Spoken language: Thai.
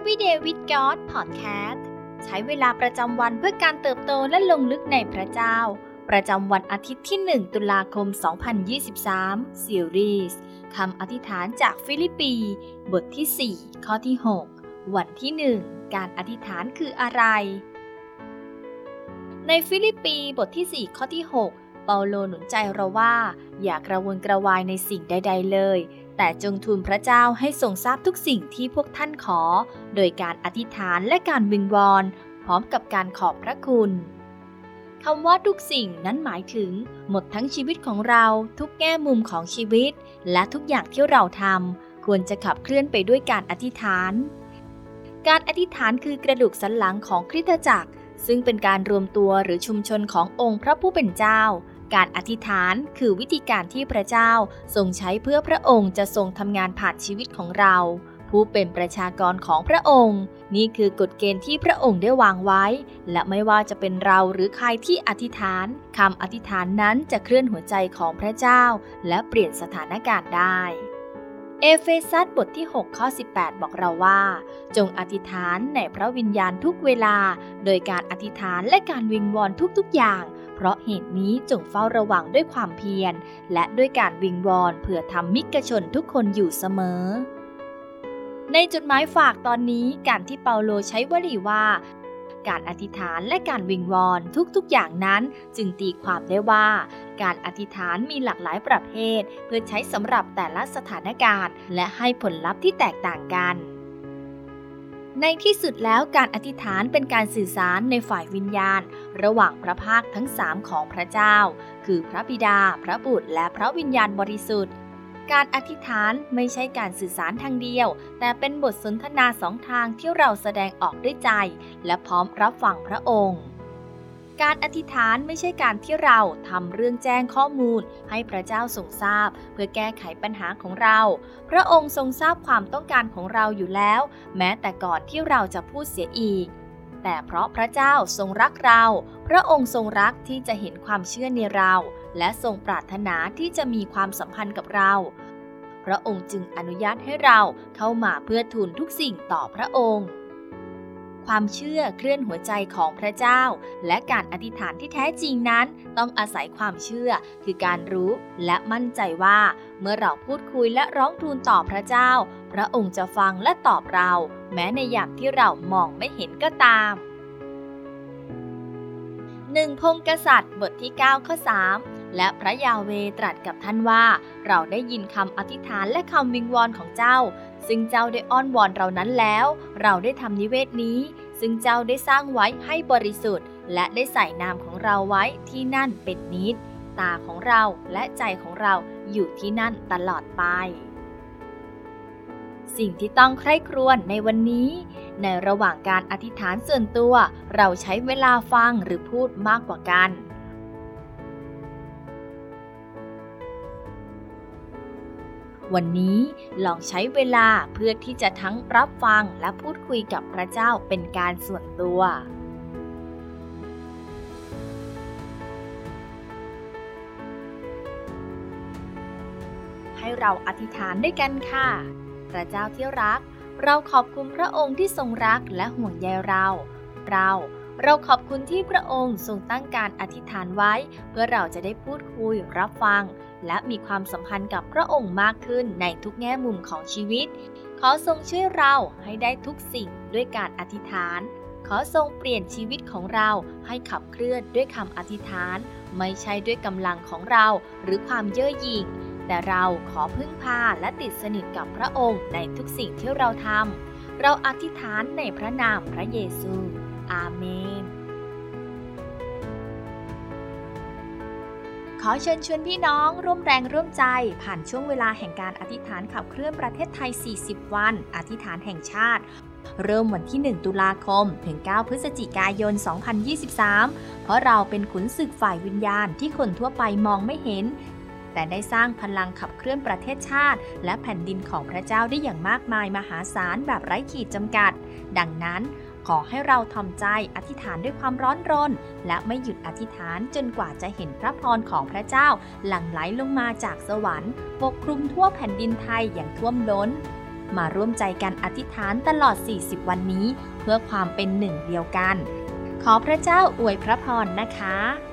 Everyday with God Podcast ใช้เวลาประจำวันเพื่อการเติบโตและลงลึกในพระเจ้าประจำวันอาทิตย์ที่1ตุลาคม2023ซีรีส์คำอธิษฐานจากฟิลิปปีบทที่4ข้อที่6วันที่1การอธิษฐานคืออะไรในฟิลิปปีบทที่4ข้อที่6เปาโลหนุนใจเราว่าอย่ากระวนกระวายในสิ่งใดๆเลยแต่จงทูลพระเจ้าให้ทรงทราบทุกสิ่งที่พวกท่านขอโดยการอธิษฐานและการวิงวอนพร้อมกับการขอบพระคุณคำว่าทุกสิ่งนั้นหมายถึงหมดทั้งชีวิตของเราทุกแง่มุมของชีวิตและทุกอย่างที่เราทำควรจะขับเคลื่อนไปด้วยการอธิษฐานการอธิษฐานคือกระดูกสันหลังของคริสตจักรซึ่งเป็นการรวมตัวหรือชุมชนขององค์พระผู้เป็นเจ้าการอธิษฐานคือวิธีการที่พระเจ้าทรงใช้เพื่อพระองค์จะทรงทำงานผ่านชีวิตของเราผู้เป็นประชากรของพระองค์นี่คือกฎเกณฑ์ที่พระองค์ได้วางไว้และไม่ว่าจะเป็นเราหรือใครที่อธิษฐานคำอธิษฐานนั้นจะเคลื่อนหัวใจของพระเจ้าและเปลี่ยนสถานการณ์ได้เอเฟซัสบทที่6ข้อ18บอกเราว่าจงอธิษฐานในพระวิญญาณทุกเวลาโดยการอธิษฐานและการวิงวอนทุกๆอย่างเพราะเหตุนี้จงเฝ้าระวังด้วยความเพียรและด้วยการวิงวอนเพื่อทำมิตรชนทุกคนอยู่เสมอในจดหมายฝากตอนนี้การที่เปาโลใช้วลีว่าการอธิษฐานและการวิงวอนทุกๆอย่างนั้นจึงตีความได้ว่าการอธิษฐานมีหลากหลายประเภทเพื่อใช้สำหรับแต่ละสถานการณ์และให้ผลลัพธ์ที่แตกต่างกันในที่สุดแล้วการอธิษฐานเป็นการสื่อสารในฝ่ายวิญญาณระหว่างพระภาคทั้ง3ของพระเจ้าคือพระบิดาพระบุตรและพระวิญญาณบริสุทธิ์การอธิษฐานไม่ใช่การสื่อสารทางเดียวแต่เป็นบทสนทนา2ทางที่เราแสดงออกด้วยใจและพร้อมรับฟังพระองค์การอธิษฐานไม่ใช่การที่เราทำเรื่องแจ้งข้อมูลให้พระเจ้าทรงทราบเพื่อแก้ไขปัญหาของเราพระองค์ทรงทราบความต้องการของเราอยู่แล้วแม้แต่ก่อนที่เราจะพูดเสียอีกแต่เพราะพระเจ้าทรงรักเราพระองค์ทรงรักที่จะเห็นความเชื่อในเราและทรงปรารถนาที่จะมีความสัมพันธ์กับเราพระองค์จึงอนุญาตให้เราเข้ามาเพื่อทูลทุกสิ่งต่อพระองค์ความเชื่อเคลื่อนหัวใจของพระเจ้าและการอธิษฐานที่แท้จริงนั้นต้องอาศัยความเชื่อคือการรู้และมั่นใจว่าเมื่อเราพูดคุยและร้องทูลต่อพระเจ้าพระองค์จะฟังและตอบเราแม้ในยามที่เรามองไม่เห็นก็ตาม1พงศ์กษัตริย์บทที่9ข้อ3และพระยาเวห์ตรัสกับท่านว่าเราได้ยินคำอธิษฐานและคำวิงวอนของเจ้าซึ่งเจ้าได้อ้อนวอนเรานั้นแล้วเราได้ทำนิเวศนี้ซึ่งเจ้าได้สร้างไว้ให้บริสุทธิ์และได้ใส่นามของเราไว้ที่นั่นเป็นนิจตาของเราและใจของเราอยู่ที่นั่นตลอดไปสิ่งที่ต้องใคร่ครวญในวันนี้ในระหว่างการอธิษฐานส่วนตัวเราใช้เวลาฟังหรือพูดมากกว่ากันวันนี้ลองใช้เวลาเพื่อที่จะทั้งรับฟังและพูดคุยกับพระเจ้าเป็นการส่วนตัวให้เราอธิษฐานด้วยกันค่ะพระเจ้าที่รักเราขอบคุณพระองค์ที่ทรงรักและห่วงใยเราขอบคุณที่พระองค์ทรงตั้งการอธิษฐานไว้เพื่อเราจะได้พูดคุยรับฟังและมีความสัมพันธ์กับพระองค์มากขึ้นในทุกแง่มุมของชีวิตขอทรงช่วยเราให้ได้ทุกสิ่งด้วยการอธิษฐานขอทรงเปลี่ยนชีวิตของเราให้ขับเคลื่อนด้วยคำอธิษฐานไม่ใช่ด้วยกำลังของเราหรือความเย่อหยิ่งแต่เราขอพึ่งพาและติดสนิทกับพระองค์ในทุกสิ่งที่เราทำเราอธิษฐานในพระนามพระเยซูอาเมนขอเชิญชวนพี่น้องร่วมแรงร่วมใจผ่านช่วงเวลาแห่งการอธิษฐานขับเคลื่อนประเทศไทย40วันอธิษฐานแห่งชาติเริ่มวันที่1ตุลาคมถึง9พฤศจิกายน2023เพราะเราเป็นขุนศึกฝ่ายวิญญาณที่คนทั่วไปมองไม่เห็นแต่ได้สร้างพลังขับเคลื่อนประเทศชาติและแผ่นดินของพระเจ้าได้อย่างมากมายมหาศาลแบบไร้ขีดจำกัดดังนั้นขอให้เราทำใจอธิษฐานด้วยความร้อนรนและไม่หยุดอธิษฐานจนกว่าจะเห็นพระพรของพระเจ้าหลั่งไหลลงมาจากสวรรค์ปกคลุมทั่วแผ่นดินไทยอย่างท่วมล้นมาร่วมใจกันอธิษฐานตลอด40วันนี้เพื่อความเป็นหนึ่งเดียวกันขอพระเจ้าอวยพระพรนะคะ